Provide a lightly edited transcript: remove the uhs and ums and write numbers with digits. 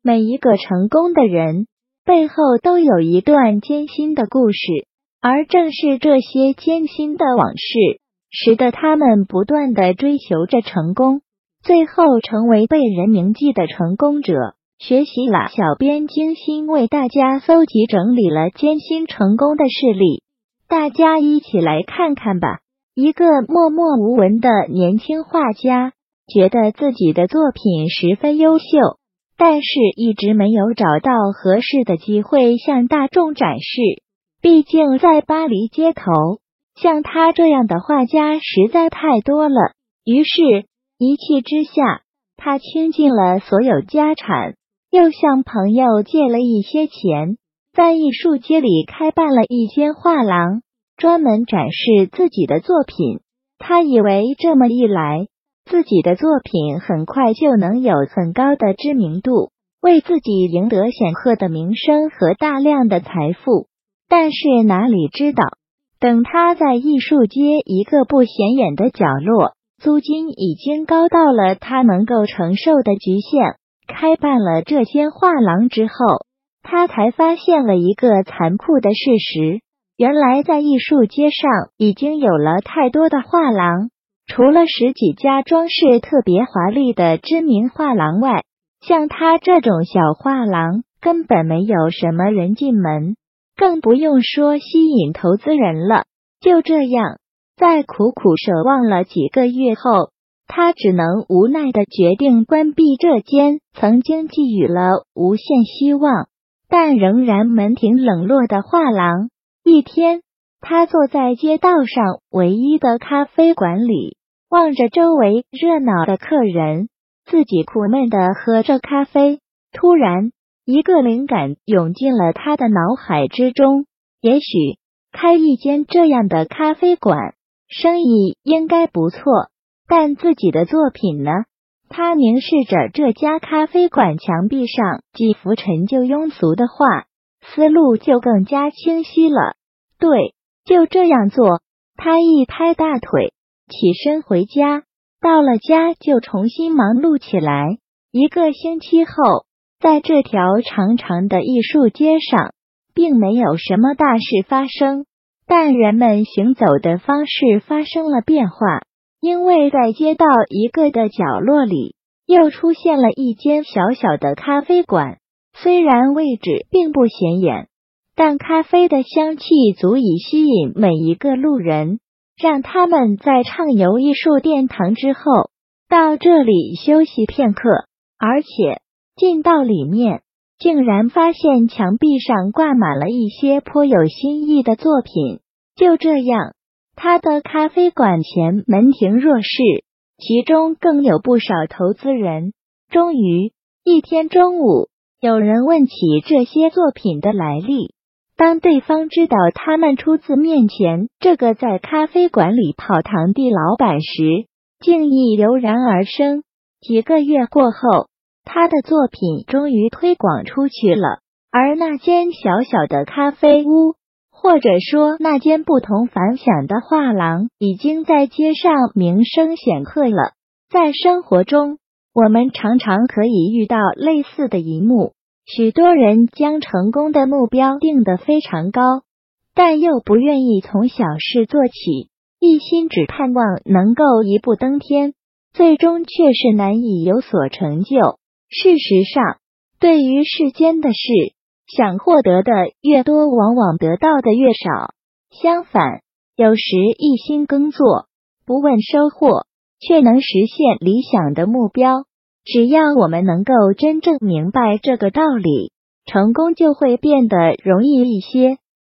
每一个成功的人背后都有一段艰辛的故事，而正是这些艰辛的往事，使得他们不断地追求着成功，最后成为被人铭记的成功者。学习了，小编精心为大家搜集整理了艰辛成功的事例，大家一起来看看吧。一个默默无闻的年轻画家，觉得自己的作品十分优秀，但是一直没有找到合适的机会向大众展示。毕竟在巴黎街头，像他这样的画家实在太多了。于是一气之下，他倾尽了所有家产，又向朋友借了一些钱，在艺术街里开办了一间画廊，专门展示自己的作品。他以为这么一来，自己的作品很快就能有很高的知名度，为自己赢得显赫的名声和大量的财富。但是哪里知道，等他在艺术街一个不显眼的角落，租金已经高到了他能够承受的极限。开办了这间画廊之后，他才发现了一个残酷的事实，原来在艺术街上已经有了太多的画廊，除了十几家装饰特别华丽的知名画廊外，像他这种小画廊根本没有什么人进门，更不用说吸引投资人了。就这样，在苦苦守望了几个月后，他只能无奈地决定关闭这间曾经寄予了无限希望，但仍然门庭冷落的画廊。一天，他坐在街道上唯一的咖啡馆里，望着周围热闹的客人，自己苦闷地喝着咖啡。突然，一个灵感涌进了他的脑海之中，也许开一间这样的咖啡馆，生意应该不错，但自己的作品呢？他凝视着这家咖啡馆墙壁上几幅陈旧庸俗的画，思路就更加清晰了。对，就这样做。他一拍大腿，起身回家。到了家就重新忙碌起来。一个星期后，在这条长长的艺术街上，并没有什么大事发生，但人们行走的方式发生了变化。因为在街道一个的角落里，又出现了一间小小的咖啡馆。虽然位置并不显眼，但咖啡的香气足以吸引每一个路人，让他们在畅游艺术殿堂之后，到这里休息片刻。而且进到里面，竟然发现墙壁上挂满了一些颇有新意的作品。就这样，他的咖啡馆前门庭若市，其中更有不少投资人。终于，一天中午，有人问起这些作品的来历。当对方知道他们出自面前这个在咖啡馆里泡堂的老板时，敬意油然而生。几个月过后，他的作品终于推广出去了，而那间小小的咖啡屋，或者说那间不同凡响的画廊，已经在街上名声显赫了。在生活中，我们常常可以遇到类似的一幕，许多人将成功的目标定得非常高，但又不愿意从小事做起，一心只盼望能够一步登天，最终却是难以有所成就。事实上，对于世间的事，想获得的越多，往往得到的越少。相反，有时一心耕作，不问收获，却能实现理想的目标。只要我们能够真正明白这个道理，成功就会变得容易一些。